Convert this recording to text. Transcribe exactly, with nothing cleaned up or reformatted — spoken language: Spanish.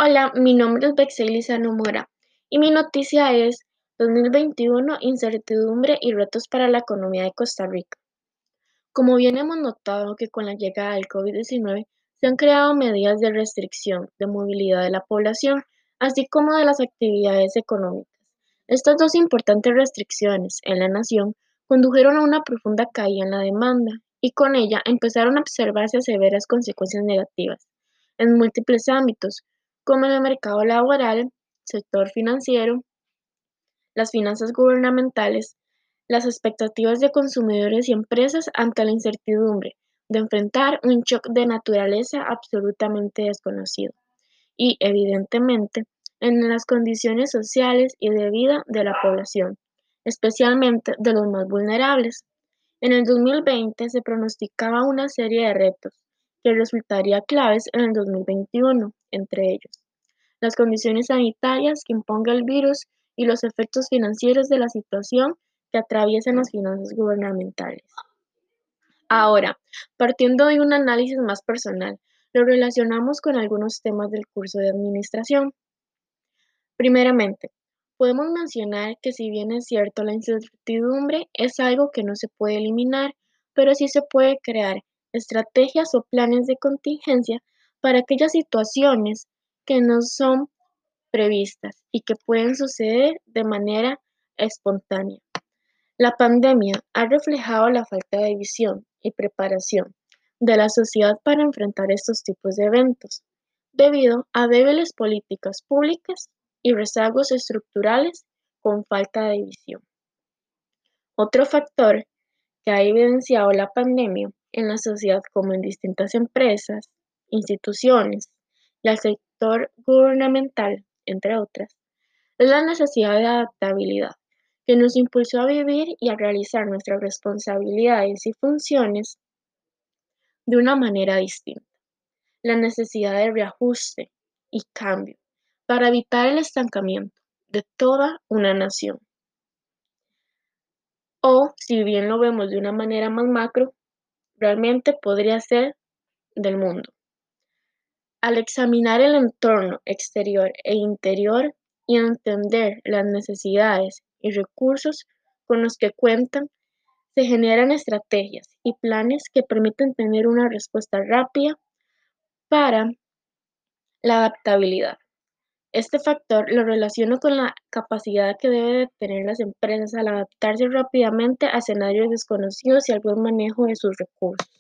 Hola, mi nombre es Bexey Lizano Mora y mi noticia es dos mil veintiuno, incertidumbre y retos para la economía de Costa Rica. Como bien hemos notado que con la llegada del COVID diecinueve se han creado medidas de restricción de movilidad de la población, así como de las actividades económicas. Estas dos importantes restricciones en la nación condujeron a una profunda caída en la demanda y con ella empezaron a observarse severas consecuencias negativas en múltiples ámbitos, como en el mercado laboral, sector financiero, las finanzas gubernamentales, las expectativas de consumidores y empresas ante la incertidumbre de enfrentar un shock de naturaleza absolutamente desconocido y, evidentemente, en las condiciones sociales y de vida de la población, especialmente de los más vulnerables. En el dos mil veinte se pronosticaba una serie de retos que resultaría claves en el dos mil veintiuno, entre ellos las condiciones sanitarias que imponga el virus y los efectos financieros de la situación que atraviesan las finanzas gubernamentales. Ahora, partiendo de un análisis más personal, lo relacionamos con algunos temas del curso de administración. Primeramente, podemos mencionar que si bien es cierto la incertidumbre es algo que no se puede eliminar, pero sí se puede crear estrategias o planes de contingencia para aquellas situaciones que no son previstas y que pueden suceder de manera espontánea. La pandemia ha reflejado la falta de visión y preparación de la sociedad para enfrentar estos tipos de eventos, debido a débiles políticas públicas y rezagos estructurales con falta de visión. Otro factor que ha evidenciado la pandemia en la sociedad, como en distintas empresas, instituciones y al sector gubernamental, entre otras, es la necesidad de adaptabilidad, que nos impulsó a vivir y a realizar nuestras responsabilidades y funciones de una manera distinta. La necesidad de reajuste y cambio para evitar el estancamiento de toda una nación. O, si bien lo vemos de una manera más macro, realmente podría ser del mundo. Al examinar el entorno exterior e interior y entender las necesidades y recursos con los que cuentan, se generan estrategias y planes que permiten tener una respuesta rápida para la adaptabilidad. Este factor lo relaciono con la capacidad que deben tener las empresas al adaptarse rápidamente a escenarios desconocidos y al buen manejo de sus recursos.